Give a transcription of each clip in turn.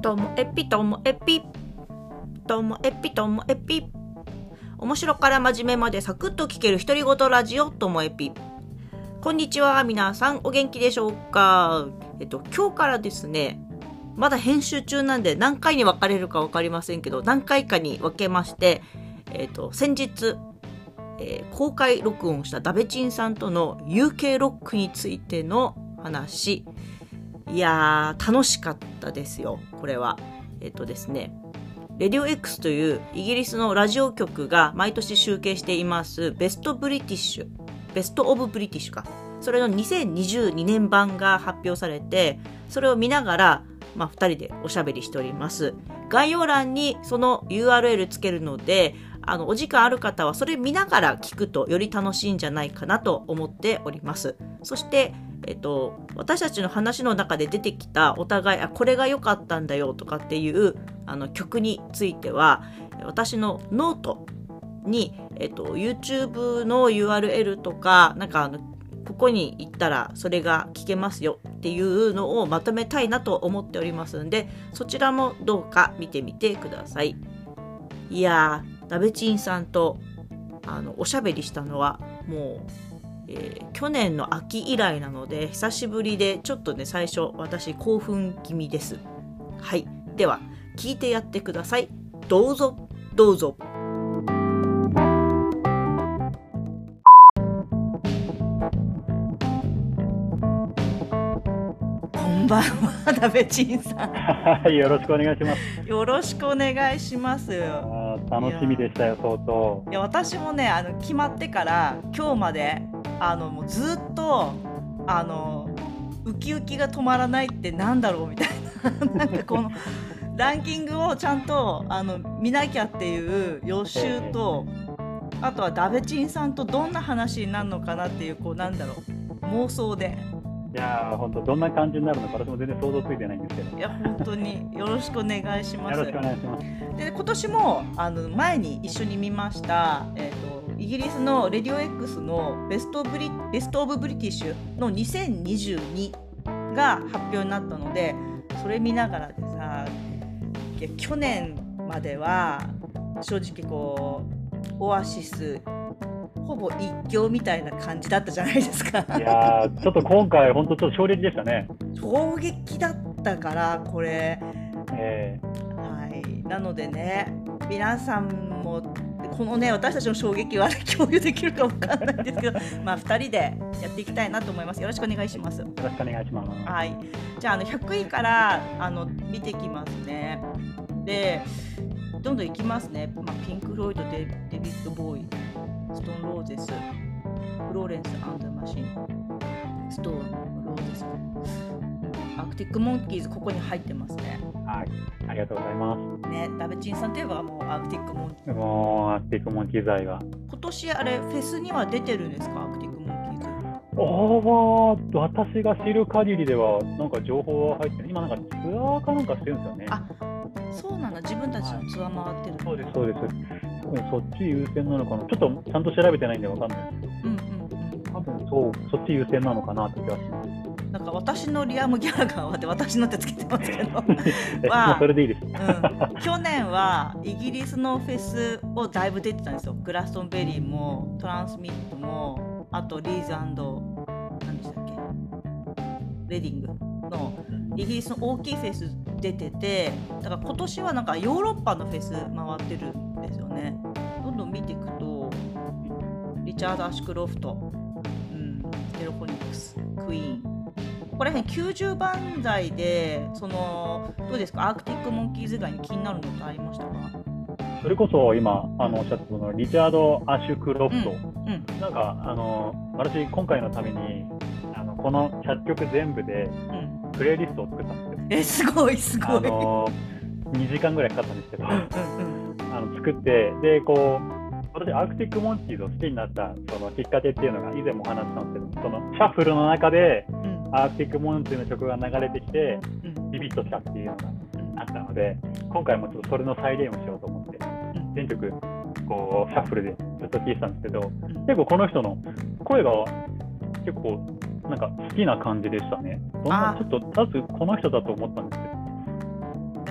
ともエピともエピともエピともエピ、面白から真面目までサクッと聞ける独り言ラジオともエピ。こんにちは、皆さんお元気でしょうか。今日からですね、まだ編集中なんで何回に分かれるか分かりませんけど、何回かに分けまして、先日、公開録音したダベチンさんとの UK ロックについての話、いやー楽しかったですよ。これはですね、レディオ X というイギリスのラジオ局が毎年集計していますベストオブブリティッシュか、それの2022年版が発表されて、それを見ながら、2人でおしゃべりしております。概要欄にその URL つけるので、お時間ある方はそれ見ながら聞くとより楽しいんじゃないかなと思っております。そして私たちの話の中で出てきたお互いこれが良かったんだよとかっていう曲については、私のノートに、YouTube の URL とかここに行ったらそれが聞けますよっていうのをまとめたいなと思っておりますので、そちらもどうか見てみてください。いやー、ダベチンさんとおしゃべりしたのはもう去年の秋以来なので久しぶりで、ちょっとね最初私興奮気味です。はい、では聞いてやってください。どうぞどうぞ。こんばんは、ダベチンさん。 はい、よろしくお願いします。 よろしくお願いします。 楽しみでしたよ、相当。 いや、私もね決まってから今日までもうずっとウキウキが止まらないってなんだろうみたいななんかこのランキングをちゃんと見なきゃっていう予習と、あとはダベチンさんとどんな話になるのかなっていう妄想で。 いやー、本当どんな感じになるのか私も全然想像ついてないんですけど。 いや本当によろしくお願いします。 よろしくお願いします。 で今年も前に一緒に見ました、イギリスのレディオ X のベストオブブリティッシュの2022が発表になったので、それ見ながらでさ、いや去年までは正直オアシスほぼ一強みたいな感じだったじゃないですか。 いやー、ちょっと今回本当ちょっと衝撃でしたね。 衝撃だったからこれ、はい、なのでね、皆さんもこのね私たちの衝撃は共有できるかわかんないんですけど2人でやっていきたいなと思います。よろしくお願いします。 よろしくお願いします。 はい、じゃあ100位から見ていきますね。でどんどんいきますね。ピンク・フロイド、デビッド・ボーイ、ストーン・ローゼス、フローレンス・アンド・マシン、ストーン・ローゼス、アークティック・モンキーズ、ここに入ってますね。 はい、ありがとうございますね。ダベチンさんといえばもうアークティック・モンキーズ。 もうアークティック・モンキーズ愛が。 今年あれフェスには出てるんですか、アークティック・モンキーズ。 私が知る限りではなんか情報は入ってる。今なんかツアーかなんかしてるんですよね。 あ、そうなんだ。自分たちのツアー回ってる。 そうですそうです。そっち優先なのかな。ちょっとちゃんと調べてないんでわかんないですけど、多分そっち優先なのかなって気がします。 なんか私のリアム・ギャラガーはって私のってつけてますけどそれでいいです、 去年はイギリスのフェスをだいぶ出てたんですよ。グラストンベリーもトランスミットも、あとリーズ&何でしたっけ、レディングのイギリスの大きいフェス出てて、だから今年はなんかヨーロッパのフェス回ってるんですよね。どんどん見ていくとリチャード・アシュクロフト、テロフォニックス、クイーン、ここら辺90番台でどうですか、アークティック・モンキーズ以外に気になるのってありましたか。 それこそ今おっしゃったそのリチャード・アシュクロフト、なんか私今回のためにこの100曲全部でプレイリストを作ったんですよ。 すごいすごい。 2時間ぐらいかかったんですけど作って、で私アークティック・モンキーズを好きになったそのきっかけっていうのが以前も話したんですけど、そのシャッフルの中でアークティック・モンキーズの曲が流れてきてビビッとしたっていうのがあったので、今回もちょっとそれの再現をしようと思って全曲シャッフルでずっと聴いてたんですけど、結構この人の声が結構なんか好きな感じでしたね。ちょっとまずこの人だと思ったんですけど、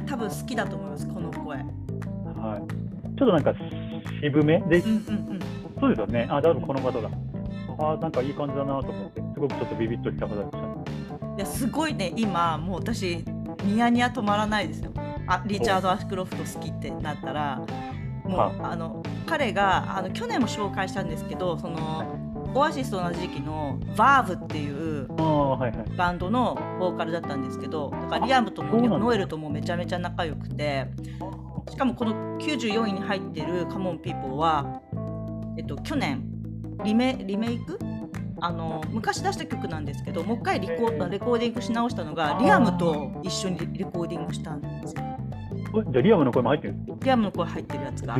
多分好きだと思います、この声。 はい。ちょっとなんか渋めで、そうですよね。多分この方だ。なんかいい感じだなと思って、すごくちょっとビビッとした方でした。 いやすごいね、今もう私ニヤニヤ止まらないですよ。リチャード・アシュクロフト好きってなったら、もう彼が去年も紹介したんですけど、そのオアシスと同じ時期のバーブっていうバンドのボーカルだったんですけど、だからリアムともノエルともめちゃめちゃ仲良くて、しかもこの94位に入ってるカモンピーポーは、去年リメイク昔出した曲なんですけど、もう一回レコーディングし直したのがリアムと一緒にレコーディングしたんですよ。 じゃあリアムの声も入ってるんですか？ リアムの声入ってるやつがあって、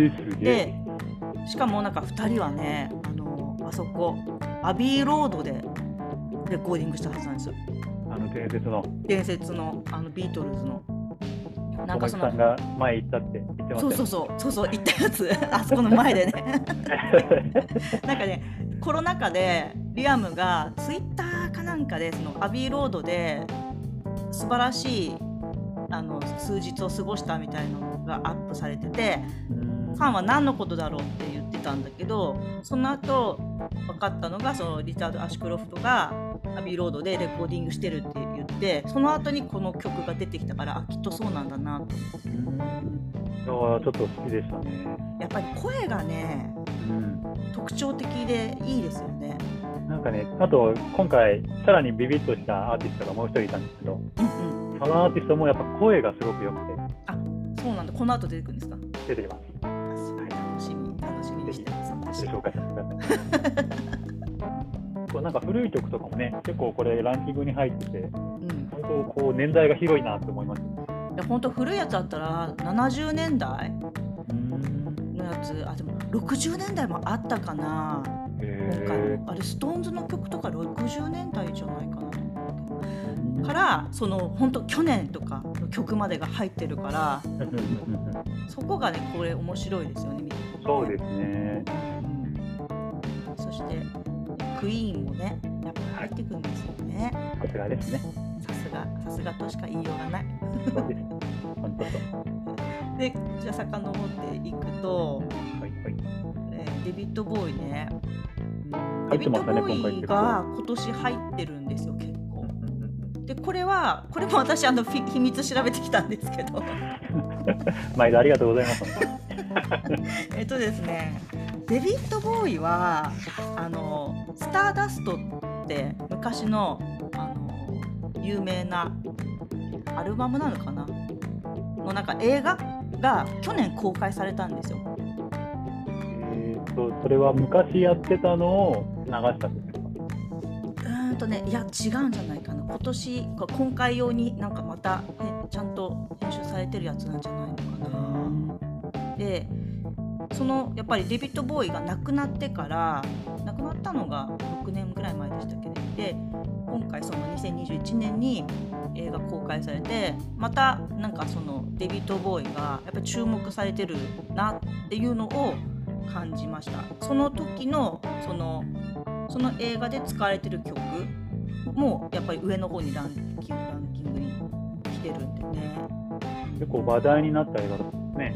でしかもなんか2人はね、あそこアビーロードでレコーディングしたはずなんですよ。伝説のビートルズのなんかそのさんが前行ったって言ってましたね。 そう行ったやつあそこの前でねなんかね、コロナ禍でリアムがツイッターかなんかでそのアビーロードで素晴らしい数日を過ごしたみたいなのがアップされてて、ファンは何のことだろうって言ってたんだけど、その後分かったのが、そのリチャード・アシュクロフトがアビーロードでレコーディングしてるって言って、その後にこの曲が出てきたから、きっとそうなんだなと思って。ちょっと好きでしたね。 やっぱり声がね、特徴的でいいですよね。 なんかね、あと今回さらにビビッとしたアーティストがもう一人いたんですけど、そのアーティストもやっぱ声がすごく良くて。 そうなんだ。この後出てくるんですか？ 出てきます。 楽しみにしてます。 紹介させてください。なんか古い曲とかもね、結構これランキングに入ってて、本当こう年代が広いなと思います。 いや本当古いやつだったら70年代のやつ、でも60年代もあったかな。今回もストーンズの曲とか60年代じゃないかなと思うから、その本当去年とかの曲までが入ってるからそこがね、これ面白いですよね、見てて。 そうですね。 そしてクイーンもね、やっぱ入ってくるんですよね。 さすがですね。 さすがとしか言いようがない。 そうです。本当そう。 で、じゃあ遡っていくと、デビッド・ボーイね。デビッド・ボーイが今年入ってるんですよ、結構。で、これも私秘密調べてきたんですけど毎度ありがとうございますですね、デビッド・ボーイはスターダストって昔の有名なアルバムなのかなのなんか映画が去年公開されたんですよ。 それは昔やってたのを流したんですか？ いや違うんじゃないかな。今回用になんかまたちゃんと編集されてるやつなんじゃないのかな。で、やっぱりデビッド・ボーイが亡くなってから亡くなったのが6年ぐらい前でしたっけね。で、今回その2021年に映画公開されて、またなんかそのデビッド・ボーイがやっぱり注目されてるなっていうのを感じました。その時のその映画で使われてる曲もやっぱり上の方にランキングに来てるんでね。 結構話題になった映画ですね。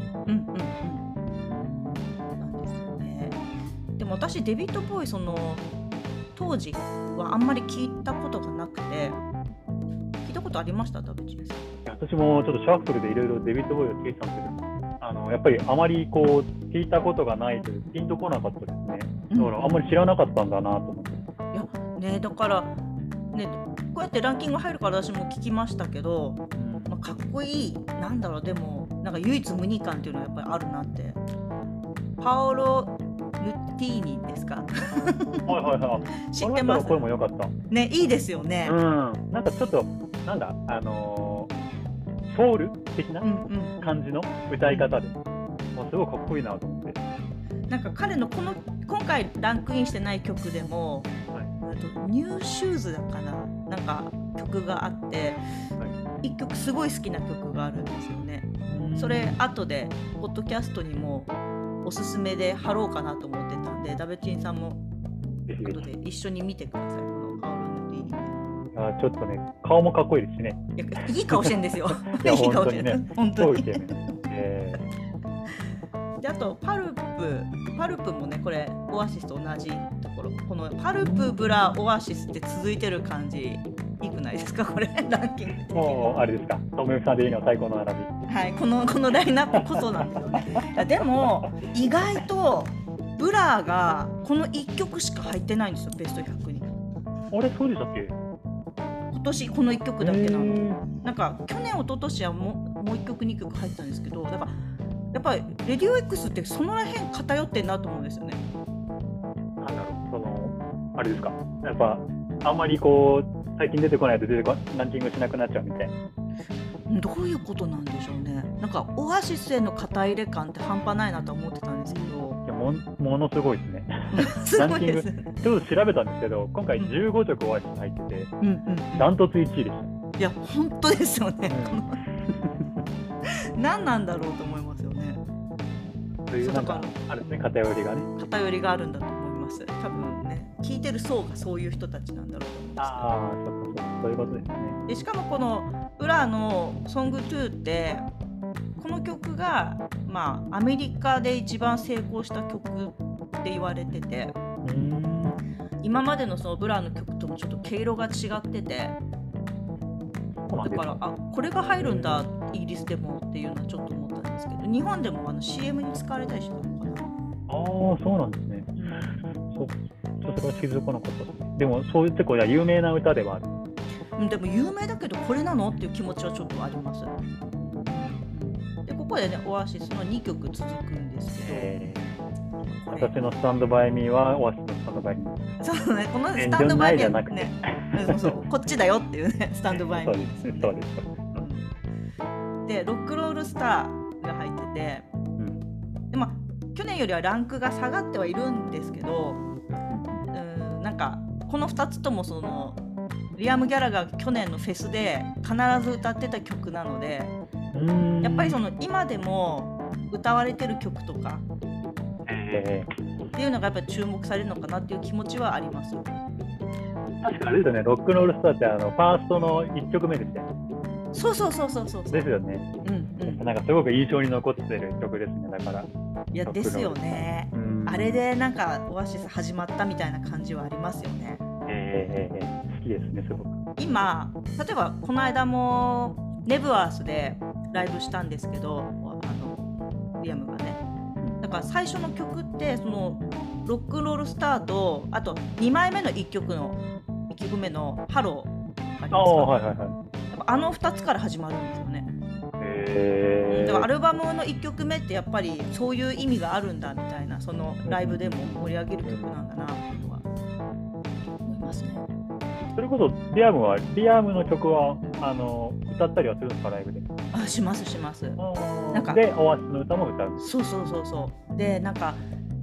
なんですよね。でも私デビッド・ボーイ当時はあんまり聞いたことがなくて、聞いたことありました？田淵さん。 私もちょっとシャッフルでいろいろデビッド・ボーイを聞いてたんですけど、やっぱりあまりこう聞いたことがないというピンとこなかったですね。だからあんまり知らなかったんだなと思って。 いやね、だからね、こうやってランキング入るから私も聞きましたけど、かっこいい、なんだろう、でもなんか唯一無二感っていうのはやっぱりあるなって。パオロ・ヌッティーニですか？知ってます？ 声も良かったね、いいですよね。 なんかちょっとなんだソウル的な感じの歌い方で、すごいかっこいいなと思って。 なんか彼の今回ランクインしてない曲でも、ニューシューズだかな、なんか曲があって、一曲すごい好きな曲があるんですよね。それ後でポッドキャストにもおすすめで貼ろうかなと思ってたんで、ダベチンさんも後で一緒に見てください。このパオロ・ヌティーニ。 ちょっとね、顔もかっこいいですしね。 いい顔してるんですよ。 いやいい顔してる、 本本当に。 超イケメン。 であとパルプもね、これオアシスと同じところ、このパルプブラオアシスって続いてる感じいいくないですか、これランキング的に。 もうあれですか、トムエフさんでいいの最高の並び。 はい、このラインナップこそなんですよね。いやでも意外とブラがこの1曲しか入ってないんですよ、ベスト100に。 あれ、そうでしたっけ？ 今年この1曲だけなの。なんか去年一昨年はもう1曲2曲入ったんですけど、だからやっぱりレディオ X ってそのらへん偏ってんなと思うんですよね。 なんだろう、あれですか、やっぱあんまりこう最近出てこないとランキングしなくなっちゃうみたいな。 どういうことなんでしょうね。なんかオアシスへの肩入れ感って半端ないなと思ってたんですけど。 いや、ものすごいですね。 すごいですね。 ちょっと調べたんですけど、今回15曲オアシス入ってて、ダントツ1位でした。 いや本当ですよね。何なんだろうと思いますよね。 そういうなんかあるね、偏りがね。 偏りがあるんだと思います。多分ね、聞いてる層がそういう人たちなんだろうと思うんですけど。 ああ、そういうことですね。 でしかもこのウラのソング2ってこの曲がまあアメリカで一番成功した曲って言われてて、今までのそのブラの曲ともちょっと毛色が違ってて、だからこれが入るんだイギリスでもっていうのはちょっと思ったんですけど、日本でもCM に使われたりしたのかな。 ああ、そうなんですね。それは気づかなかったですね。でもそういう結構有名な歌ではある。 でも有名だけどこれなのっていう気持ちはちょっとあります。でここでね、オアシスの2曲続くんですけど、 私のスタンドバイミーはオアシスのスタンドバイミー。 そうね、このスタンドバイミーはね、そうこっちだよっていうね、スタンドバイミーですよね。 そうです。 でロックロールスターが入ってて、で去年よりはランクが下がってはいるんですけど、なんかこの2つともそのリアム・ギャラが去年のフェスで必ず歌ってた曲なので、やっぱりその今でも歌われてる曲とかっていうのがやっぱり注目されるのかなっていう気持ちはあります。 確かあれですよね、ロックロールスターってファーストの1曲目ですよね。 そうですよね。なんかすごく印象に残ってる曲ですね。だからいやですよね。あれでなんかオアシス始まったみたいな感じはありますよね。 好きですね、すごく。 今例えばこの間もネブアースでライブしたんですけど、リアムがね、だから最初の曲ってそのロックンロールスターと、あと2枚目の1曲目のハローありますか？あの2つから始まるんですよね。だからアルバムの1曲目ってやっぱりそういう意味があるんだみたいな、そのライブでも盛り上げる曲なんだなとは思いますね。 それこそリアムの曲は歌ったりはするんですか、ライブで？ します。 なんかでオアシスの歌も歌う。 そうで、なんか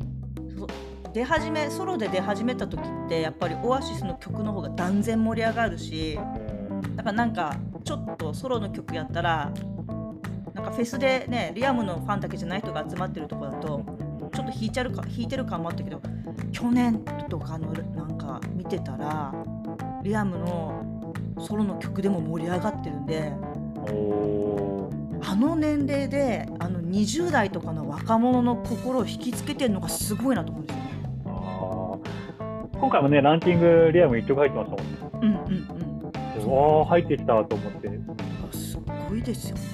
ソロで出始めた時ってやっぱりオアシスの曲の方が断然盛り上がるし、だからなんかちょっとソロの曲やったらなんかフェスでね、リアムのファンだけじゃない人が集まってるとこだとちょっと弾いてる感もあったけど、去年とかのなんか見てたらリアムのソロの曲でも盛り上がってるんで、あの年齢で20代とかの若者の心を引きつけてるのがすごいなと思うんですよね。 今回もね、ランキングリアム1曲入ってましたもんね。入ってきたと思って。 すごいですよね。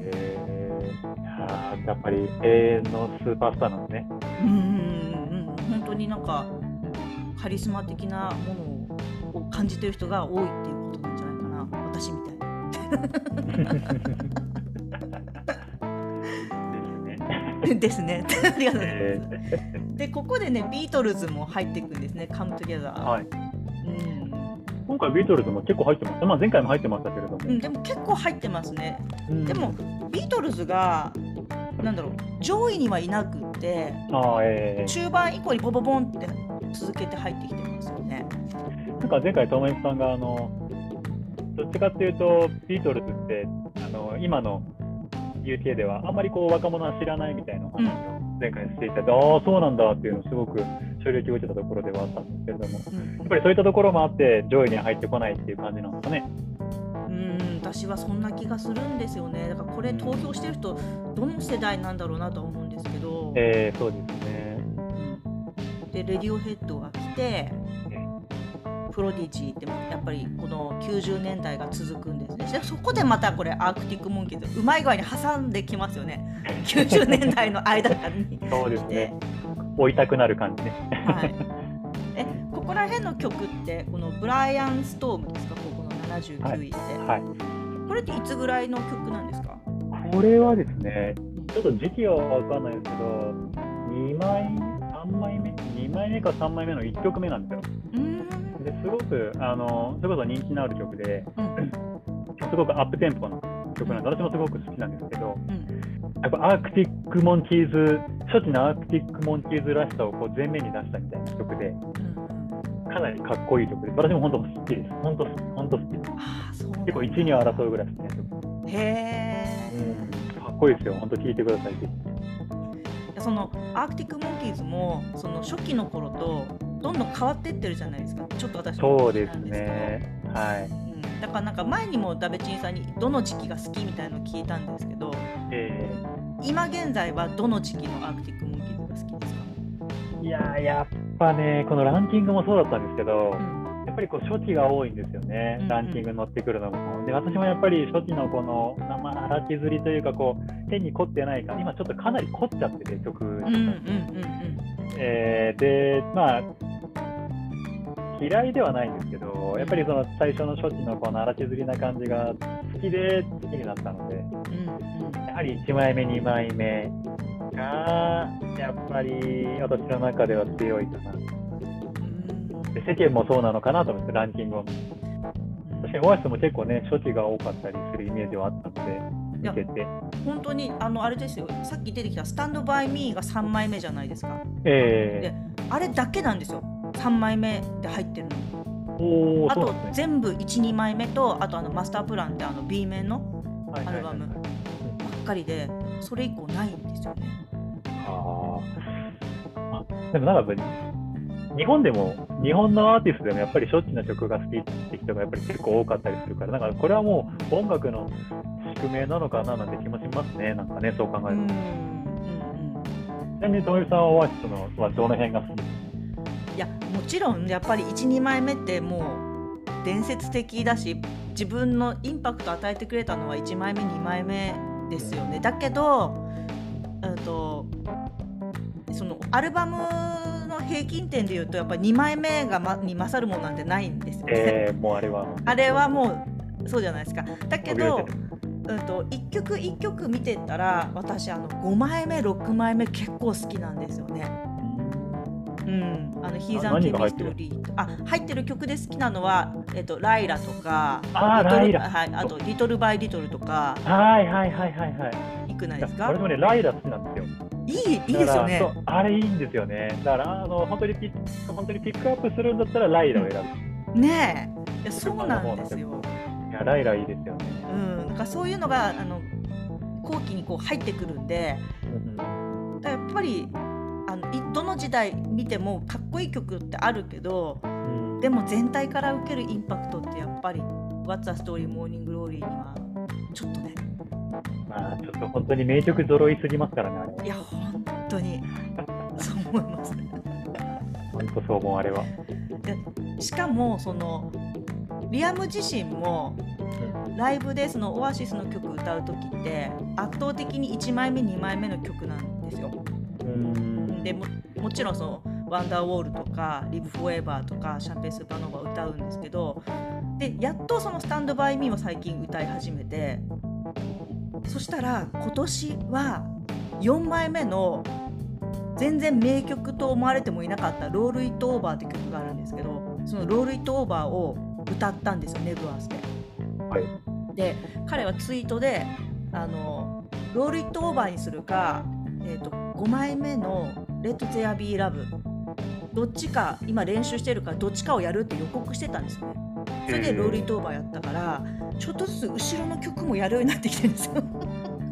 やっぱり永遠のスーパースターなんですね。 本当になんかカリスマ的なものを感じてる人が多いっていうことなんじゃないかな、私みたいに。ですね。ありがとうございます。でここでね、ビートルズも入っていくんですね。Come Together。 今回ビートルズも結構入ってます。前回も入ってましたけれども。 でも結構入ってますね。でもビートルズがなんだろう、上位にはいなくって中盤以降にボボボンって続けて入ってきてますよね。 なんか前回トーマエスさんがどっちかっていうとビートルズって今の UK ではあんまりこう若者は知らないみたいな話を前回していたで、そうなんだっていうのをすごく衝撃を受けたところではあったんですけれども、やっぱりそういったところもあって上位に入ってこないっていう感じなんですかね。 私はそんな気がするんですよね。だからこれ投票してる人どの世代なんだろうなと思うんですけど、 そうですね。 でレディオヘッドが来て、プロディジーってやっぱりこの90年代が続くんですね。そこでまたこれアークティックモンキーズうまい具合に挟んできますよね。90年代の間にそうですね。追いたくなる感じね。 はい。ここら辺の曲ってこのブライアン・ストームですか、ここの79位って、 はい。 これっていつぐらいの曲なんですか？ これはですね、ちょっと時期は分かんないですけど、2枚目か3枚目の1曲目なんですよ。ですごくそれこそ人気のある曲で、すごくアップテンポの曲なんで、私もすごく好きなんですけど、やっぱアークティックモンキーズ、初期のアークティックモンキーズらしさをこう前面に出したみたいな曲で、かなりかっこいい曲で、私も本当好きです。本当好きです。結構1、2を争うぐらい好きな曲。 へー、かっこいいですよ。本当聴いてください。 そのアークティックモンキーズもその初期の頃とどんどん変わっていってるじゃないですか。ちょっと私もそうですね。はい。 だからなんか前にもダベチンさんにどの時期が好きみたいなのを聞いたんですけど、今現在はどの時期のアークティックモンキーズが好きですか？ いややっぱね、このランキングもそうだったんですけど、やっぱりこう初期が多いんですよね、ランキングに乗ってくるのも。で、私もやっぱり初期のこの荒削りというか、こう変に凝ってないか、今ちょっとかなり凝っちゃってて、曲で、まあ嫌いではないんですけど、やっぱりその最初の初期のこの荒削りな感じが好きで好きになったので、やはり1枚目2枚目がやっぱり私の中では強いかな。で世間もそうなのかなと思って、ランキングを。確かにオアシスも結構ね、初期が多かったりするイメージはあったので、見てて。 本当にあれですよ、さっき出てきたスタンドバイミーが3枚目じゃないですか。 であれだけなんですよ、3枚目で入ってるの。あと全部 1,2 枚目と、あとマスタープランって B 面のアルバムばっかりで、それ以降ないんですよね。 でもなんか日本のアーティストでもやっぱり初期の曲が好きって人がやっぱり結構多かったりするから、だからこれはもう音楽の宿命なのかななんて気もしますね。なんかね、そう考えると。ちなみにともみさんはオアシスのはどの辺が好き？ いや、もちろんやっぱり 1,2 枚目ってもう伝説的だし、自分のインパクトを与えてくれたのは1枚目2枚目ですよね。だけどそのアルバムの平均点でいうとやっぱり2枚目に勝るものなんてないんですよね。 もうあれはもうそうじゃないですか。だけど一曲一曲見てったら、私5枚目6枚目結構好きなんですよね。ヒーザンケミストリー入ってる曲で好きなのは、ライラとか、あとリトルバイリトルとか、いくないですか？ 私もね、ライラ好きなんですよ。 いいですよね。 あれいいんですよね。だから本当にピックアップするんだったらライラを選ぶ。 ねえ、そうなんですよ。 いや、ライラいいですよね。 だからそういうのが後期にこう入ってくるんで、だやっぱりどの時代見てもかっこいい曲ってあるけど、でも全体から受けるインパクトってやっぱり What's a Story Morning Glory にはちょっとね、 ちょっと本当に名曲揃いすぎますからね、あれ。 いや本当にそう思いますね。 本当そう思う、あれは。 しかもそのリアム自身もライブでそのオアシスの曲歌う時って圧倒的に1枚目2枚目の曲なんですよ。で もちろんそのワンダーウォールとかリブフォーエバーとかシャンペンスーパーノーバー歌うんですけど、でやっとそのスタンドバイミーを最近歌い始めて、そしたら今年は4枚目の全然名曲と思われてもいなかったロールイットオーバーって曲があるんですけど、そのロールイットオーバーを歌ったんですよ、ネブアースで。で彼はツイートでロールイットオーバーにするか、5枚目のレッドゼアビーラブどっちか今練習してるからどっちかをやるって予告してたんですよね。それでロールイットオーバーやったから、ちょっとずつ後ろの曲もやるようになってきてるんですよ。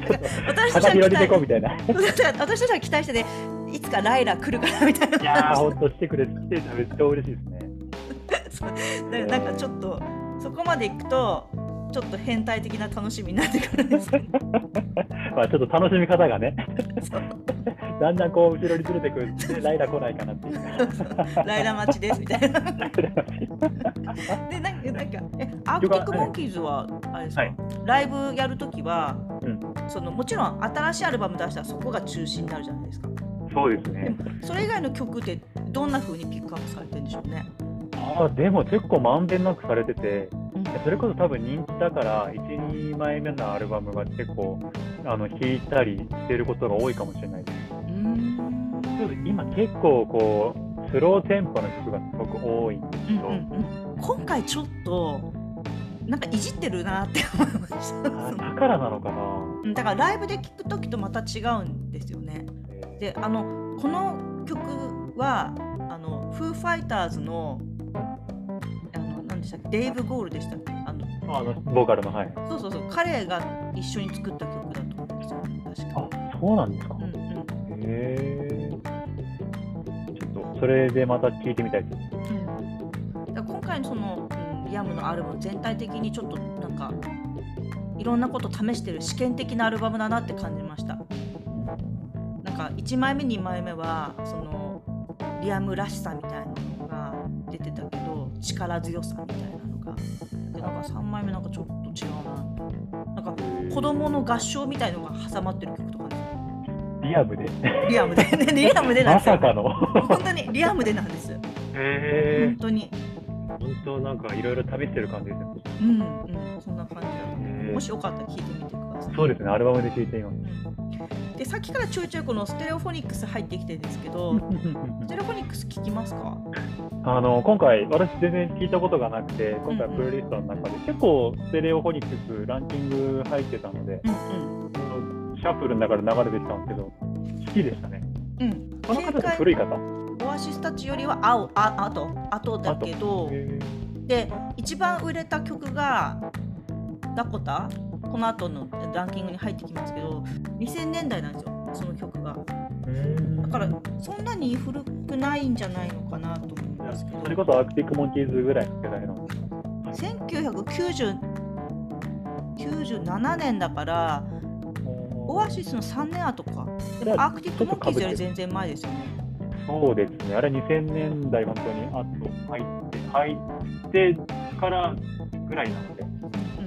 私たちは広げていこうみたいな。 私たちは期待してね、いつかライラ来るからみたいな。 いやー、ほんと来てたらめっちゃ嬉しいですだね。 からなんかちょっとそこまで行くとちょっと変態的な楽しみになってくるんですけどまあちょっと楽しみ方がねだんだんこう後ろにずれてくるんで、ライラ来ないかなっていうライラ待ちですみたいなで、なんかアークティックモンキーズはあれですか、はい、ライブやるときは、そのもちろん新しいアルバム出したらそこが中心になるじゃないですか。 そうですね。 でもそれ以外の曲ってどんな風にピックアップされてるんでしょうね。 でも結構まんべんなくされてて、それこそ多分人気だから1、2枚目のアルバムが結構弾いたりしてることが多いかもしれないです。今結構こうスローテンポの曲がすごく多いんですけど、 今回ちょっとなんかいじってるなって思いました。 だからなのかな。 だからライブで聴くときとまた違うんですよね。でこの曲はフーファイターズの何でしたっけ、デイブ・ゴールでしたっけ、 ボーカルの、はい、 そう彼が一緒に作った曲だと思うんですよ、確か。 そうなんですか。ちょっとそれでまた聴いてみたいです。 だ今回のその、リアムのアルバム全体的にちょっとなんかいろんなこと試してる試験的なアルバムだなって感じました。なんか1枚目2枚目はそのリアムらしさみたいなのが出てたけど、力強さみたいなのがで、なんか3枚目なんかちょっと違うな、なんか子供の合唱みたいのが挟まってる曲とかね。 リアムでリアムでなんですよ。 まさかの本当にリアムでなんです。本当になんかいろいろ試してる感じですね。 そんな感じだと、もしよかったら聴いてみてください。 そうですね、アルバムで聴いてみます。 でさっきからちょいちょいこのステレオフォニックス入ってきてるんですけどステレオフォニックス聞きますか？ 今回私全然聞いたことがなくて、今回プレイリストの中で結構ステレオフォニックスランキング入ってたので、シャッフルの中で流れてきたんですけど好きでしたね。この方って古い方？ オアシスたちよりは後だけど、で一番売れた曲がダコタ、この後のランキングに入ってきますけど2000年代なんですよ、その曲が。だからそんなに古くないんじゃないのかなと思うんですけど。 それこそアークティックモンキーズぐらいの世代なんですか？1997年だからオアシスの3年後か。でもアークティックモンキーズより全然前ですよね。そうですね、あれ2000年代本当に入ってからぐらいなので、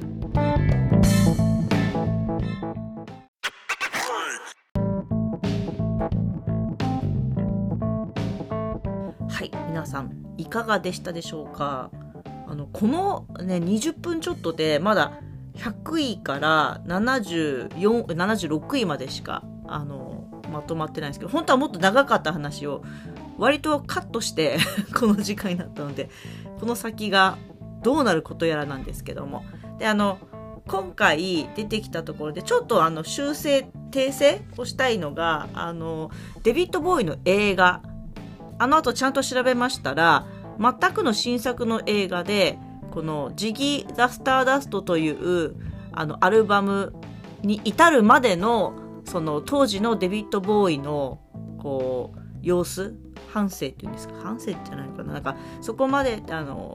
はい、皆さんいかがでしたでしょうか。この、ね、20分ちょっとでまだ100位から76位までしかまとまってないんですけど、本当はもっと長かった話を割とカットしてこの時間になったので、この先がどうなることやらなんですけども、で今回出てきたところでちょっと訂正をしたいのがデビッド・ボーイの映画、後ちゃんと調べましたら全くの新作の映画で、このジギー・ザ・スターダストというアルバムに至るまでのその当時のデビッド・ボーイのこう様子、半生っていうんですか、半生じゃないかな、なんかそこまでデビ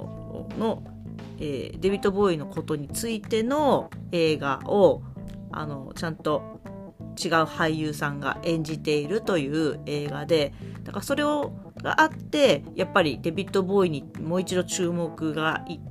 ッド・ボーイのことについての映画をちゃんと違う俳優さんが演じているという映画で、だからそれがあってやっぱりデビッド・ボーイにもう一度注目がいって、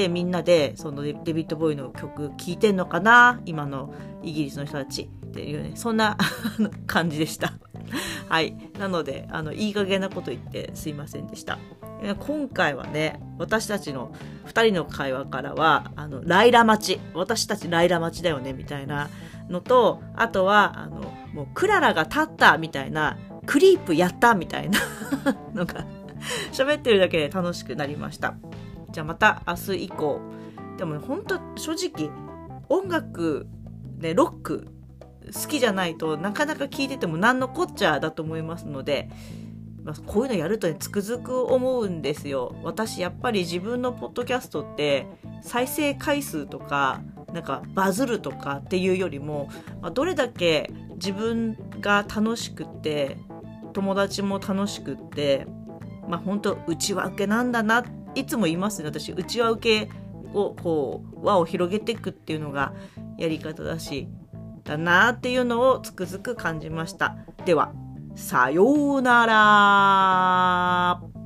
みんなでそのデビッド・ボーイの曲聴いてんのかな今のイギリスの人たちっていうね、そんな感じでしたはい、なのでいい加減なこと言ってすいませんでした。今回はね、私たちの2人の会話からはライラ待ち、私たちライラ待ちだよねみたいなのと、あとはもうクララが立ったみたいな、クリープやったみたいなのが喋ってるだけで楽しくなりました。じゃあまた明日以降。でも本当正直音楽ね、ロック好きじゃないとなかなか聞いてても何のこっちゃだと思いますので、こういうのやるとね、つくづく思うんですよ。私やっぱり自分のポッドキャストって再生回数とかなんかバズるとかっていうよりも、どれだけ自分が楽しくて友達も楽しくって、本当内輪受けなんだな、いつも言いますね。私内輪受けをこう輪を広げていくっていうのがやり方だしだなっていうのをつくづく感じました。ではさようなら。